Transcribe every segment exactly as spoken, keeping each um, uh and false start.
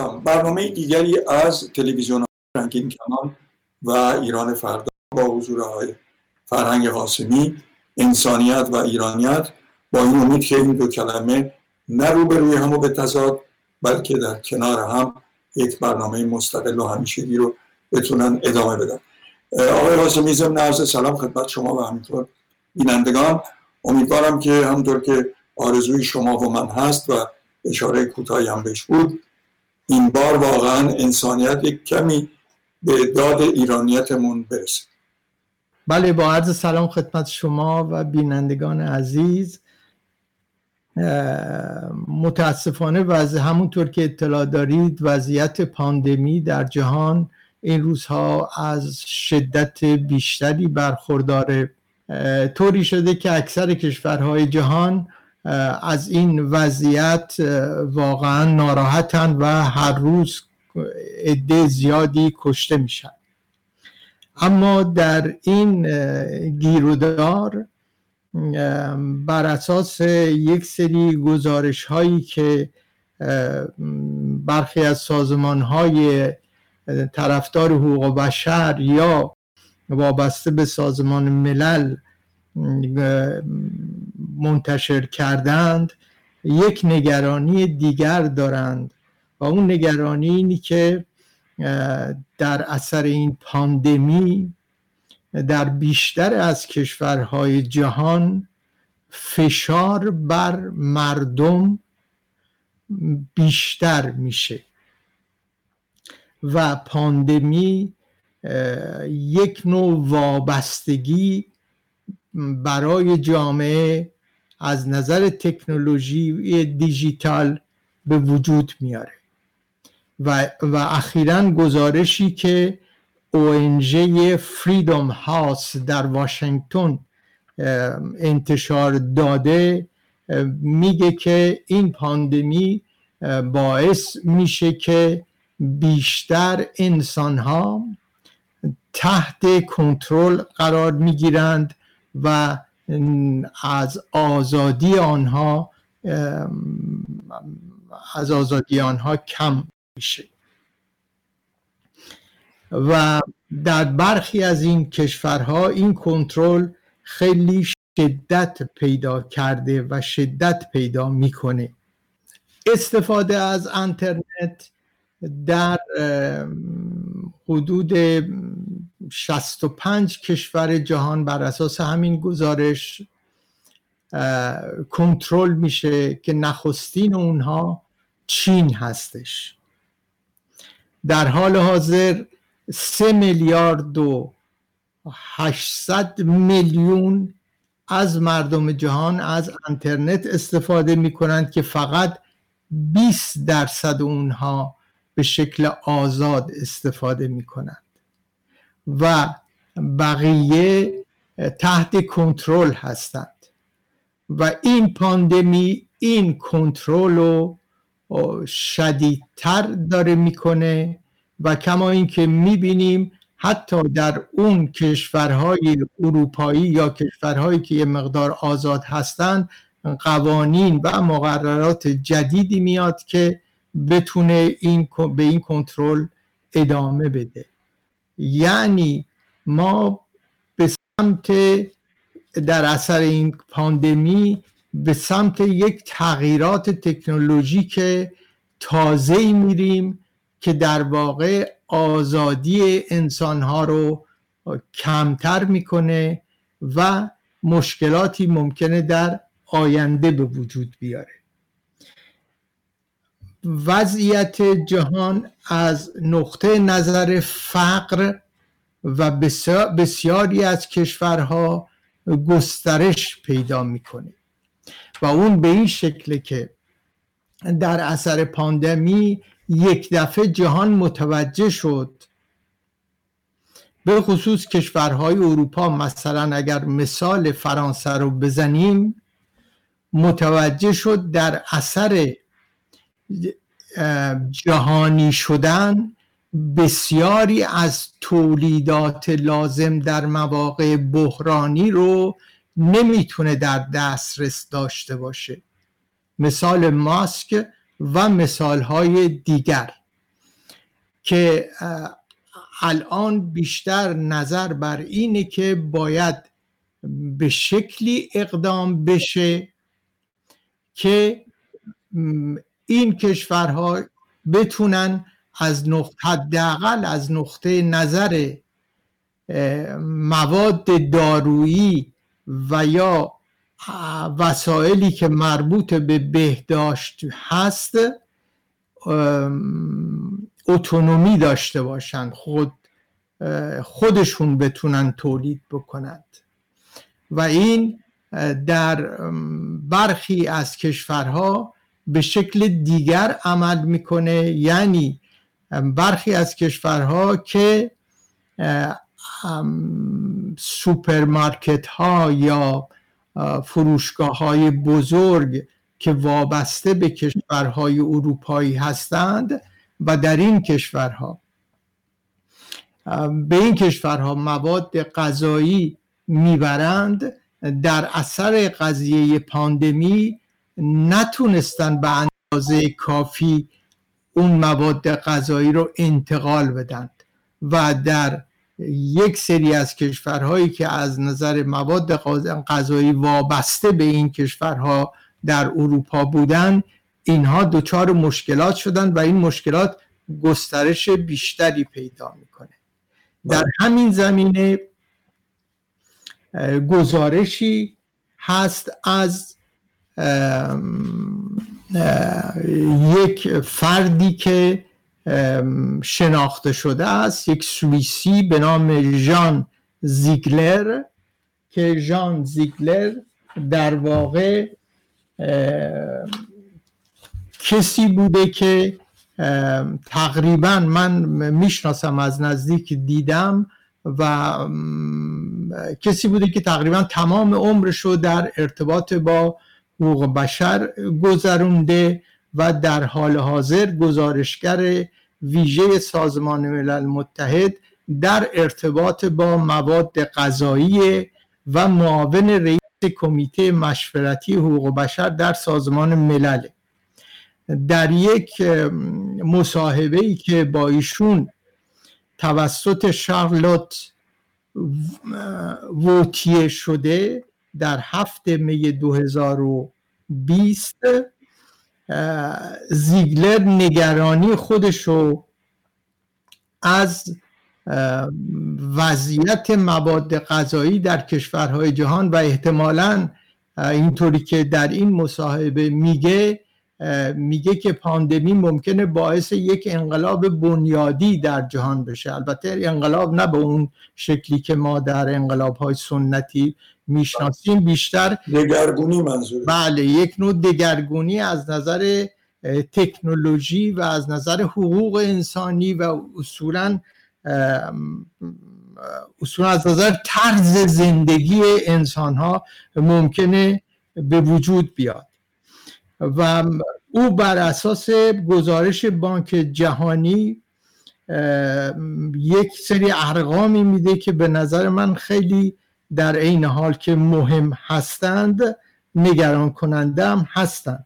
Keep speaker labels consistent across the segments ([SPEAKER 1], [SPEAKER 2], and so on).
[SPEAKER 1] سلام. برنامه دیگری از تلویزیون رنگین کمان و ایران فردا با حضور آقای فرهنگ قاسمی، انسانیت و ایرانیت، با این امید که این دو کلمه نه روبروی هم و به تضاد بلکه در کنار هم یک برنامه مستقل و همیشگی رو بتونن ادامه بدن. آقای قاسمی، ضمن عرض سلام خدمت شما و همینطور بینندگان، امیدوارم که همونطور که آرزوی شما و من هست و اشاره کوتاهی هم بهش بود، این بار واقعا انسانیت یک کمی به داد ایرانیتمون برسه.
[SPEAKER 2] بله، با عرض سلام خدمت شما و بینندگان عزیز. متاسفانه وضع همونطور که اطلاع دارید وضعیت پاندمی در جهان این روزها از شدت بیشتری برخورداره، طوری شده که اکثر کشورهای جهان از این وضعیت واقعا ناراحتن و هر روز عده زیادی کشته میشن. اما در این گیرودار بر اساس یک سری گزارش هایی که برخی از سازمان های طرفدار حقوق بشر یا وابسته به سازمان ملل منتشر کردند، یک نگرانی دیگر دارند و اون نگرانی اینی که در اثر این پاندمی در بیشتر از کشورهای جهان فشار بر مردم بیشتر میشه و پاندمی یک نوع وابستگی برای جامعه از نظر تکنولوژی دیجیتال به وجود میاره و, و اخیراً گزارشی که او ان جی فریدم هاوس در واشنگتن انتشار داده میگه که این پاندمی باعث میشه که بیشتر انسان‌ها تحت کنترل قرار میگیرند و از آزادی آنها از آزادی آنها کم میشه و در برخی از این کشورها این کنترل خیلی شدت پیدا کرده و شدت پیدا میکنه. استفاده از اینترنت در حدود شصت و پنج کشور جهان بر اساس همین گزارش کنترل میشه که نخستین اونها چین هستش. در حال حاضر سه میلیارد و هشتصد میلیون از مردم جهان از اینترنت استفاده میکنند که فقط بیست درصد اونها به شکل آزاد استفاده میکنند و بقیه تحت کنترل هستند و این پاندمی این کنترل رو شدیدتر داره میکنه و کما این که میبینیم حتی در اون کشورهای اروپایی یا کشورهایی که یه مقدار آزاد هستند قوانین و مقررات جدیدی میاد که بتونه این به این کنترل ادامه بده. یعنی ما به سمت در اثر این پاندمی به سمت یک تغییرات تکنولوژیک تازه‌ای میریم که در واقع آزادی انسانها رو کمتر میکنه و مشکلاتی ممکنه در آینده به وجود بیاره. وضعیت جهان از نقطه نظر فقر و بسیاری از کشورها گسترش پیدا میکنه و اون به این شکل که در اثر پاندمی یک دفعه جهان متوجه شد، به خصوص کشورهای اروپا، مثلا اگر مثال فرانسه رو بزنیم، متوجه شد در اثر جهانی شدن بسیاری از تولیدات لازم در مواقع بحرانی رو نمیتونه در دسترس داشته باشه. مثال ماسک و مثالهای دیگر. که الان بیشتر نظر بر اینه که باید به شکلی اقدام بشه که این کشورها بتونن از نقطه حداقل از نقطه نظر مواد دارویی و یا وسایلی که مربوط به بهداشت هست اتونومی داشته باشن، خود خودشون بتونن تولید بکنند و این در برخی از کشورها به شکل دیگر عمل میکنه. یعنی برخی از کشورها که سوپرمارکت ها یا فروشگاه های بزرگ که وابسته به کشورهای اروپایی هستند و در این کشورها به این کشورها مواد غذایی میبرند، در اثر قضیه پاندمی نتونستن به اندازه کافی اون مواد غذایی رو انتقال بدن و در یک سری از کشورهایی که از نظر مواد غذایی وابسته به این کشورها در اروپا بودن، اینها دچار مشکلات شدن و این مشکلات گسترش بیشتری پیدا میکنه. در همین زمینه گزارشی هست از یک فردی که شناخته شده است، یک سوئیسی به نام ژان زیگلر، که ژان زیگلر در واقع کسی بوده که تقریبا من میشناسم، از نزدیک دیدم و کسی بوده که تقریبا تمام عمرشو در ارتباط با حقوق بشر گذرونده و در حال حاضر گزارشگر ویژه سازمان ملل متحد در ارتباط با مواد غذایی و معاون رئیس کمیته مشورتی حقوق بشر در سازمان ملل. در یک مصاحبه‌ای که با ایشون توسط شارلوت ووتیه شده در هفتم می دو هزار و بیست، زیگلر نگرانی خودشو از وضعیت مواد غذایی در کشورهای جهان و احتمالاً اینطوری که در این مصاحبه میگه میگه که پاندمی ممکنه باعث یک انقلاب بنیادی در جهان بشه. البته انقلاب نه به اون شکلی که ما در انقلاب‌های سنتی میشناسیم، بیشتر
[SPEAKER 1] دگرگونی منظوره.
[SPEAKER 2] بله، یک نوع دگرگونی از نظر تکنولوژی و از نظر حقوق انسانی و اصولاً اصولاً از نظر طرز زندگی انسان‌ها ممکنه به وجود بیاد. و او بر اساس گزارش بانک جهانی یک سری ارقامی میده که به نظر من خیلی در این حال که مهم هستند نگران کننده هم هستند.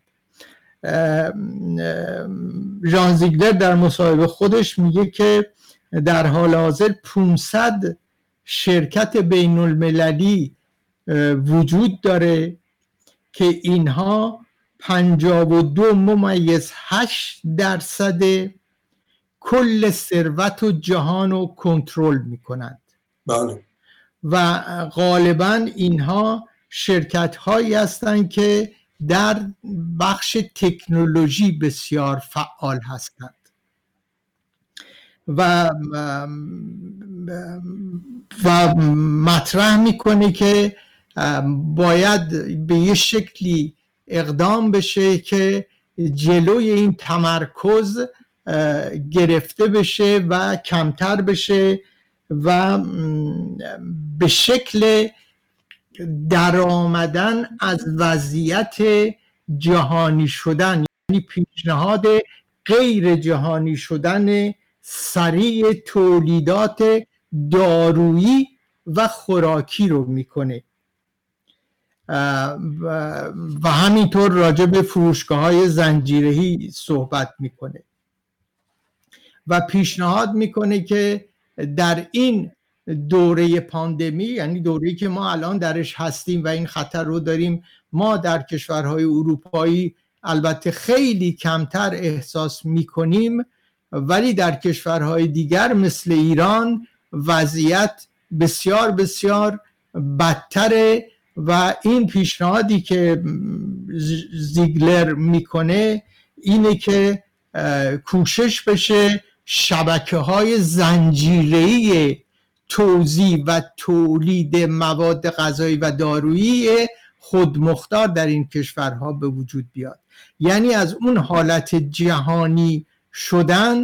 [SPEAKER 2] ژان زیگلر در مصاحبه خودش میگه که در حال حاضر پانصد شرکت بین المللی وجود داره که اینها پنجاه و دو ممیز هشت درصد کل ثروت و جهان رو کنترل میکنند.
[SPEAKER 1] بله.
[SPEAKER 2] و غالبا اینها شرکت هایی هستند که در بخش تکنولوژی بسیار فعال هستند و و مطرح میکنه که باید به یه شکلی اقدام بشه که جلوی این تمرکز گرفته بشه و کمتر بشه و به شکل در آمدن از وضعیت جهانی شدن، یعنی پیشنهاد غیر جهانی شدن سریع تولیدات دارویی و خوراکی رو میکنه و همینطور راجع به فروشگاه‌های زنجیره‌ای صحبت میکنه و پیشنهاد میکنه که در این دوره پاندمی، یعنی دوره‌ای که ما الان درش هستیم و این خطر رو داریم، ما در کشورهای اروپایی البته خیلی کمتر احساس میکنیم، ولی در کشورهای دیگر مثل ایران وضعیت بسیار بسیار بدتره و این پیشنهادی که زیگلر میکنه اینه که کوشش بشه شبکه‌های زنجیره‌ای توزیع و تولید مواد غذایی و دارویی خودمختار در این کشورها به وجود بیاد. یعنی از اون حالت جهانی شدن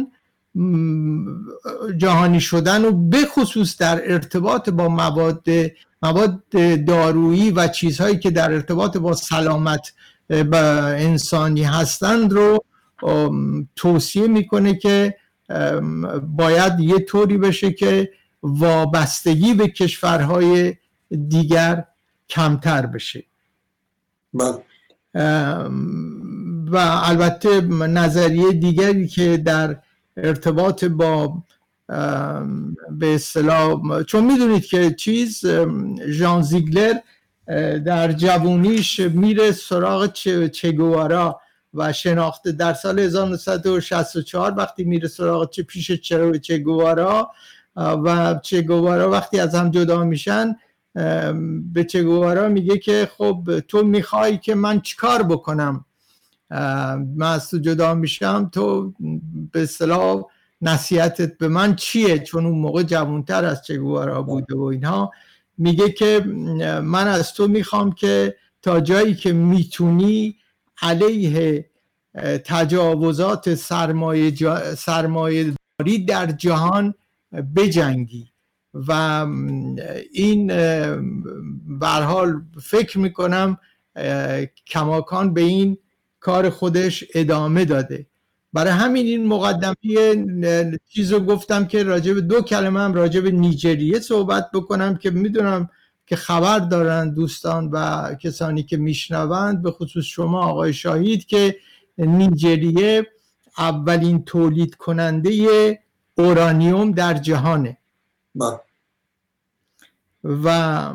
[SPEAKER 2] جهانی شدن و به خصوص در ارتباط با مواد مواد دارویی و چیزهایی که در ارتباط با سلامت با انسانی هستند رو توصیه میکنه که باید یه طوری بشه که وابستگی به کشورهای دیگر کمتر بشه.
[SPEAKER 1] بله.
[SPEAKER 2] و البته نظریه دیگری که در ارتباط با به اصطلاح، چون میدونید که چیز ژان زیگلر در جوونیش میره سراغ چگوارا و شناخته در سال هزار و نهصد و شصت و چهار وقتی میره سراغ چه پیش چگوارا و چگوارا وقتی از هم جدا میشن به چگوارا میگه که خب تو میخوای که من چیکار بکنم، من از تو جدا میشم، تو به اصطلاح نصیحتت به من چیه؟ چون اون موقع جوانتر از چگوارا بوده و اینها. میگه که من از تو میخوام که تا جایی که میتونی علیه تجاوزات سرمایه جا... سرمایه داری در جهان بجنگی و این به هر حال فکر میکنم کماکان به این کار خودش ادامه داده. برای همین این مقدمه چیز رو گفتم که راجع به دو کلمه هم راجع به نیجریه صحبت بکنم که میدونم که خبر دارن دوستان و کسانی که میشنوند، به خصوص شما آقای شاهید، که نیجریه اولین تولید کننده اورانیوم در جهانه
[SPEAKER 1] با.
[SPEAKER 2] و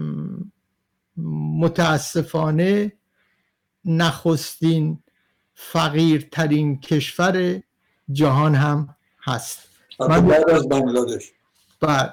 [SPEAKER 2] متاسفانه نخستین فقیرترین کشور جهان هم هست.
[SPEAKER 1] من بعد از بنگلادش
[SPEAKER 2] بعد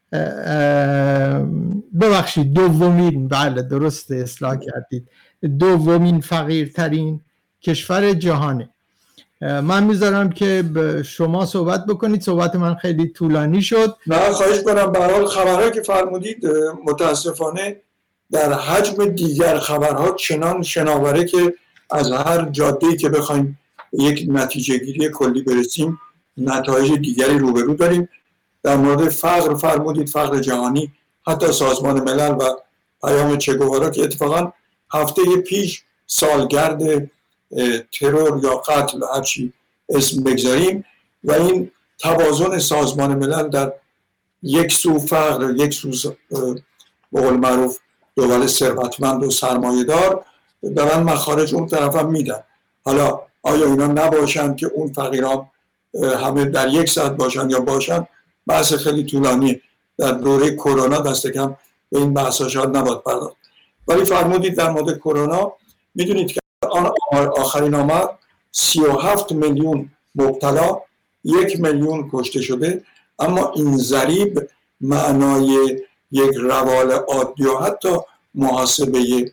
[SPEAKER 2] ببخشید دومین، بله درست اصلاح کردید، دومین فقیرترین کشور جهانه. من میذارم که شما صحبت بکنید، صحبت من خیلی طولانی شد.
[SPEAKER 1] نه خواهش کنم. به هر حال خبرهایی که فرمودید متاسفانه در حجم دیگر خبرها چنان شناوره که از هر جاده‌ای که بخوایم یک نتیجه گیری کلی برسیم نتایج دیگری روبرو داریم. در مورد فقر فرمودید، فقر جهانی، حتی سازمان ملل و پیام چگوارا که اتفاقا هفته پیش سالگرد ترور یا قتل هرچی اسم بگذاریم و این توازن سازمان ملل در یک سو فقر، یک سو به قول معروف دول ثروتمند و سرمایه‌دار دارن مخارج اون طرف هم میدن. حالا آیا اینا نباشن که اون فقیران همه در یک ساعت باشن یا باشن، بحث خیلی طولانی. در دوره کرونا دست کم به این بحثا شاید نباید پرداخت. ولی فرمودید در مورد کرونا، میدونید که آن آخرین آمد سی و هفت میلیون مبتلا، یک میلیون کشته شده، اما این ضریب معنای یک روال عادی و حتی محاسبه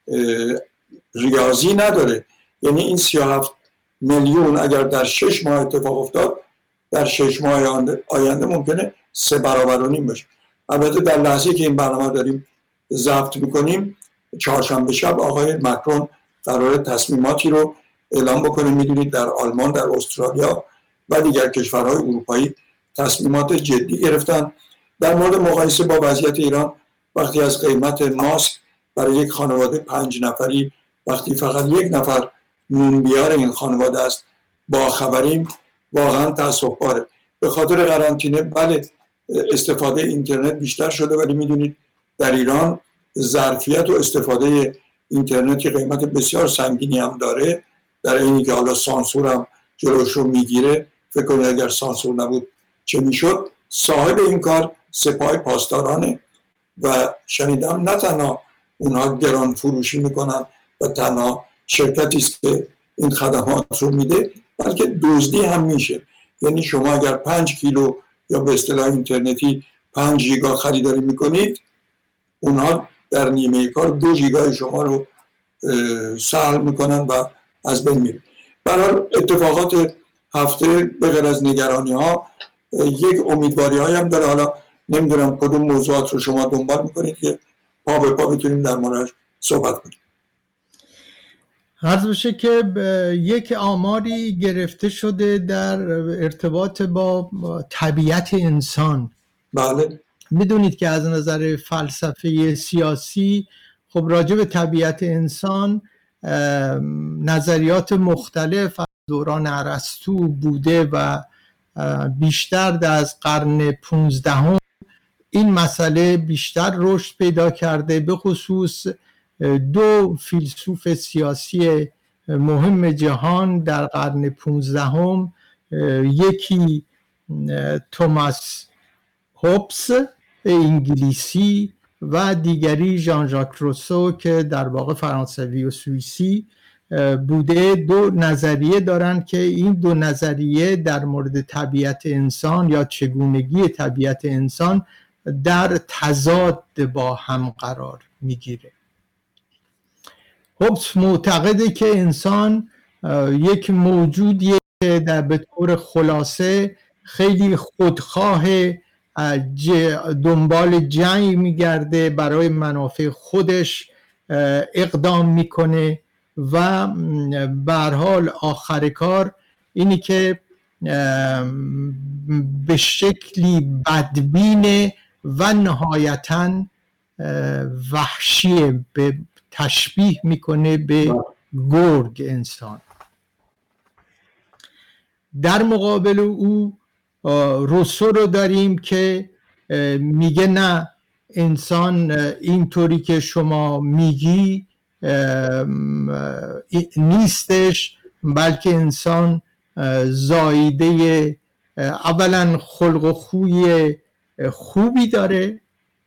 [SPEAKER 1] ریاضی نداره. یعنی این سی و هفت میلیون اگر در شش ماه اتفاق افتاد، در شش ماه آینده ممکنه سه برابر و نیم بشه. البته در لحظه که این برنامه داریم ضبط میکنیم، چهارشنبه شب آقای مکرون قرار تصمیماتی رو اعلام بکنه. میدونید در آلمان، در استرالیا و دیگر کشورهای اروپایی تصمیمات جدی گرفتن. در مورد مقایسه با وضعیت ایران، وقتی از قیمت ماسک برای یک خانواده پنج نفری، وقتی فقط یک نفر نون بیار این خانواده است، با خبریم، واقعا تأسف‌باره. به خاطر قرنطینه بله استفاده اینترنت بیشتر شده، ولی میدونید در ایران ظرفیت و استفاده اینترنت که قیمت بسیار سنگینی هم داره، در اینی که حالا سانسور هم جلوش رو میگیره، فکر کنید اگر سانسور نبود چه میشد. صاحب این کار سپاه پاسدارانه و شنیدم نه تنها اونها گران فروشی میکنن و تنها شرکتی است که این خدمات رو میده، بلکه دزدی هم میشه. یعنی شما اگر پنج کیلو یا به اصطلاح اینترنتی پنج جیگا خریداری میکنید، اونها در نیمه کار دو جیگای شما رو سهل میکنن و از بین میره. برای اتفاقات هفته به غیر از نگرانی ها یک امیدواری های هم داره. حالا نمیدونم کدوم موضوعات رو شما دنبال میکنید که پا به پا بتونیم در موردش صحبت کنیم.
[SPEAKER 2] عرض بشه که یک آماری گرفته شده در ارتباط با طبیعت انسان.
[SPEAKER 1] بله.
[SPEAKER 2] میدونید که از نظر فلسفه سیاسی خب راجع به طبیعت انسان نظریات مختلف از دوران ارسطو بوده و بیشتر از قرن پونزدهم این مسئله بیشتر رشد پیدا کرده. به خصوص دو فیلسوف سیاسی مهم جهان در قرن پونزدهم، یکی توماس هوبز انگلیسی و دیگری ژان ژاک روسو که در واقع فرانسوی و سوئیسی بوده، دو نظریه دارند که این دو نظریه در مورد طبیعت انسان یا چگونگی طبیعت انسان در تضاد با هم قرار میگیره. هوبز معتقده که انسان یک موجودیه که در به طور خلاصه خیلی خودخواه، دنبال جنگ میگرده، برای منافع خودش اقدام میکنه و به هر حال آخر کار اینی که به شکلی بدبین و نهایتاً وحشی به تشبیه میکنه به گرگ انسان. در مقابل او روسو رو داریم که میگه نه، انسان اینطوری که شما میگی نیستش، بلکه انسان زایده اولا خلق و خوی خوبی داره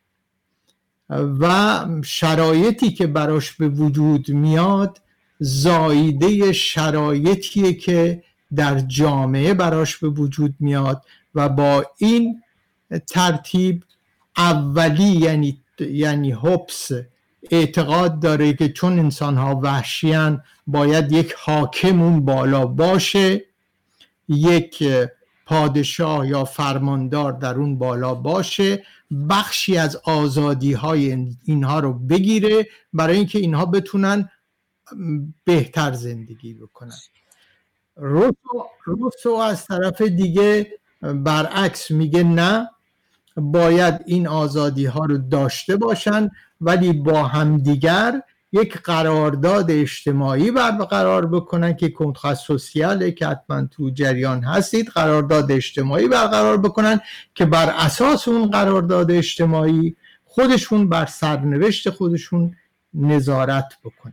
[SPEAKER 2] و شرایطی که براش به وجود میاد زایده شرایطیه که در جامعه براش به وجود میاد و با این ترتیب اولی یعنی یعنی هوبز اعتقاد داره که چون انسان ها وحشیان باید یک حاکم اون بالا باشه، یک پادشاه یا فرماندار در اون بالا باشه، بخشی از آزادی های اینها رو بگیره برای اینکه اینها بتونن بهتر زندگی بکنن. روسو, روسو از طرف دیگه برعکس میگه نه، باید این آزادی ها رو داشته باشن ولی با همدیگر یک قرارداد اجتماعی برقرار بکنن که کنترات سوسیاله که حتما تو جریان هستید، قرارداد اجتماعی برقرار بکنن که بر اساس اون قرارداد اجتماعی خودشون بر سرنوشت خودشون نظارت بکنن.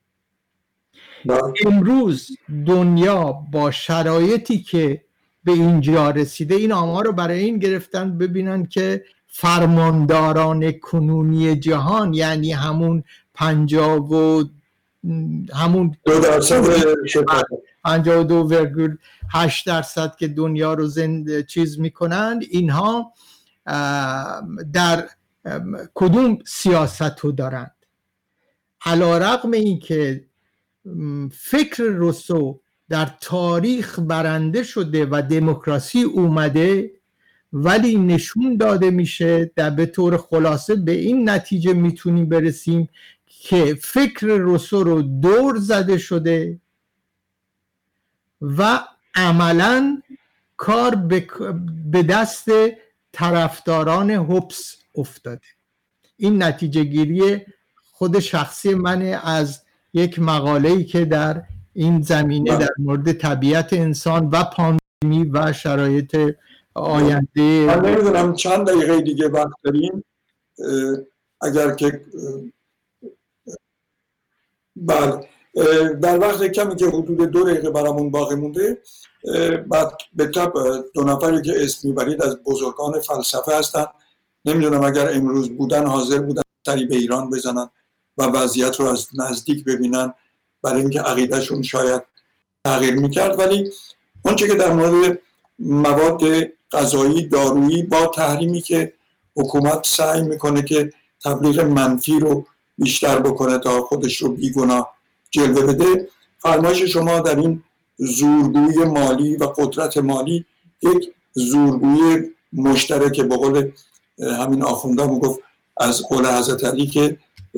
[SPEAKER 2] امروز دنیا با شرایطی که به اینجا رسیده، این آمار رو برای این گرفتن ببینن که فرمانداران کنونی جهان، یعنی همون پنجاه و همون
[SPEAKER 1] دو درصد
[SPEAKER 2] پنجاه و دو ویرگول هشت درصد که دنیا رو زند چیز میکنن، اینها در کدوم سیاست رو دارند. علی رغم این که فکر روسو در تاریخ برنده شده و دموکراسی اومده، ولی نشون داده میشه در به طور خلاصه به این نتیجه میتونیم برسیم که فکر روسو رو دور زده شده و عملاً کار به دست طرفداران هوبز افتاده. این نتیجه گیری خود شخصی منه از یک مقاله‌ای که در این زمینه در مورد طبیعت انسان و پاندمی و شرایط آینده.
[SPEAKER 1] من نمیدونم چند دقیقه دیگه وقت داریم، اگر که بله در وقت کمی که حدود دو دقیقه برامون باقی مونده، بعد به تب دو نفری که اسم میبرید از بزرگان فلسفه هستن. نمیدونم اگر امروز بودن حاضر بودن سری به ایران بزنن و وضعیت رو از نزدیک ببینن، برای اینکه عقیدهشون شاید تغییر میکرد. ولی اونچه که در مورد مواد غذایی دارویی با تحریمی که حکومت سعی میکنه که تبلیغ منفی رو بیشتر بکنه تا خودش رو بیگناه جلوه بده، فرمایش شما در این زورگویی مالی و قدرت مالی یک زورگویی مشترک، به قول همین آخونده میگفت از قول حضرت علی که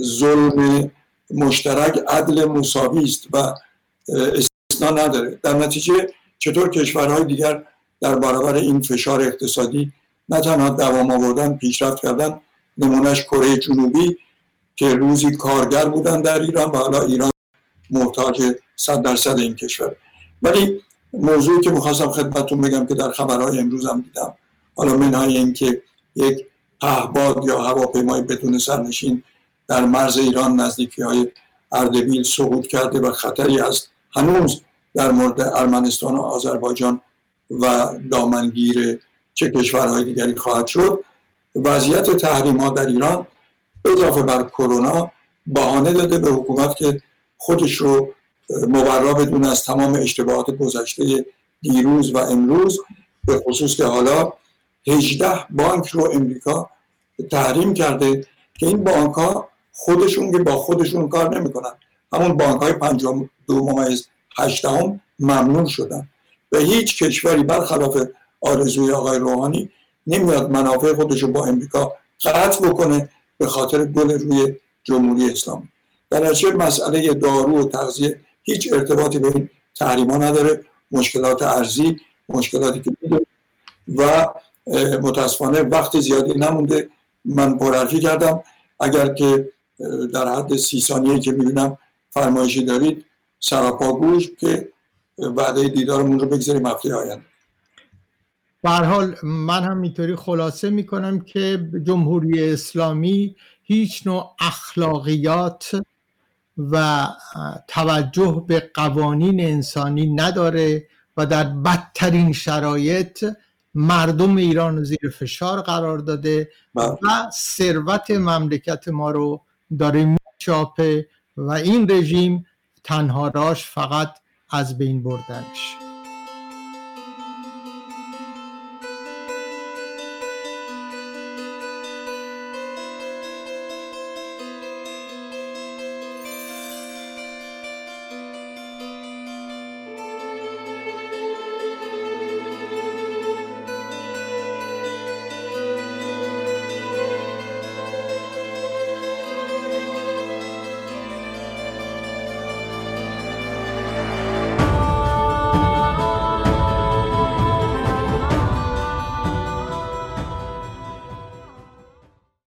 [SPEAKER 1] ظلم مشترک عدل مساوی است و استثنا نداره. در نتیجه چطور کشورهای دیگر در برابر این فشار اقتصادی نه تنها دوام آوردن، پیشرفت کردن، نمونهش کره جنوبی که روزی کارگر بودن در ایران و حالا ایران محتاج صد درصد این کشور. ولی موضوعی که میخواستم خدمتتون بگم که در خبرهای امروز هم دیدم، حالا منهای این که یک پهباد یا هواپیمای بدون سرنشین در مرز ایران نزدیکی های اردبیل سقوط کرده و خطری است هنوز در مورد ارمنستان و آذربایجان و دامنگیر چه کشورهای دیگری خواهد شد. وضعیت تحریم ها در ایران اضافه بر کرونا بهانه داده به حکومت که خودش رو مبرا بدون از تمام اشتباهات گذشته دیروز و امروز، به خصوص که حالا هجده بانک رو امریکا تحریم کرده که این بانک ها خودشون که با خودشون کار نمی کنن. همون بانک های پنجم دو ممیز هشتم ممنوع شدن و هیچ کشوری برخلاف آرزوی آقای روحانی نمیاد منافع خودش رو با امریکا قطع بکنه به خاطر گل روی جمهوری اسلامی. در نتیجه مسئله دارو و تغذیه هیچ ارتباطی به این تحریما نداره. مشکلات ارزی، مشکلاتی که میده و متاسفانه وقت زیادی نمونده. من پرحرفی کردم. اگر که در حد سی ثانیه‌ای که میبینم فرمایشی دارید سراپا گوش که وعده دیدارمون رو بگذاریم هفته آینده.
[SPEAKER 2] به هر حال من هم اینطوری خلاصه میکنم که جمهوری اسلامی هیچ نوع اخلاقیات و توجه به قوانین انسانی نداره و در بدترین شرایط مردم ایران زیر فشار قرار داده و ثروت مملکت ما رو داره میچاپه و این رژیم تنها راش فقط از بین بردنش.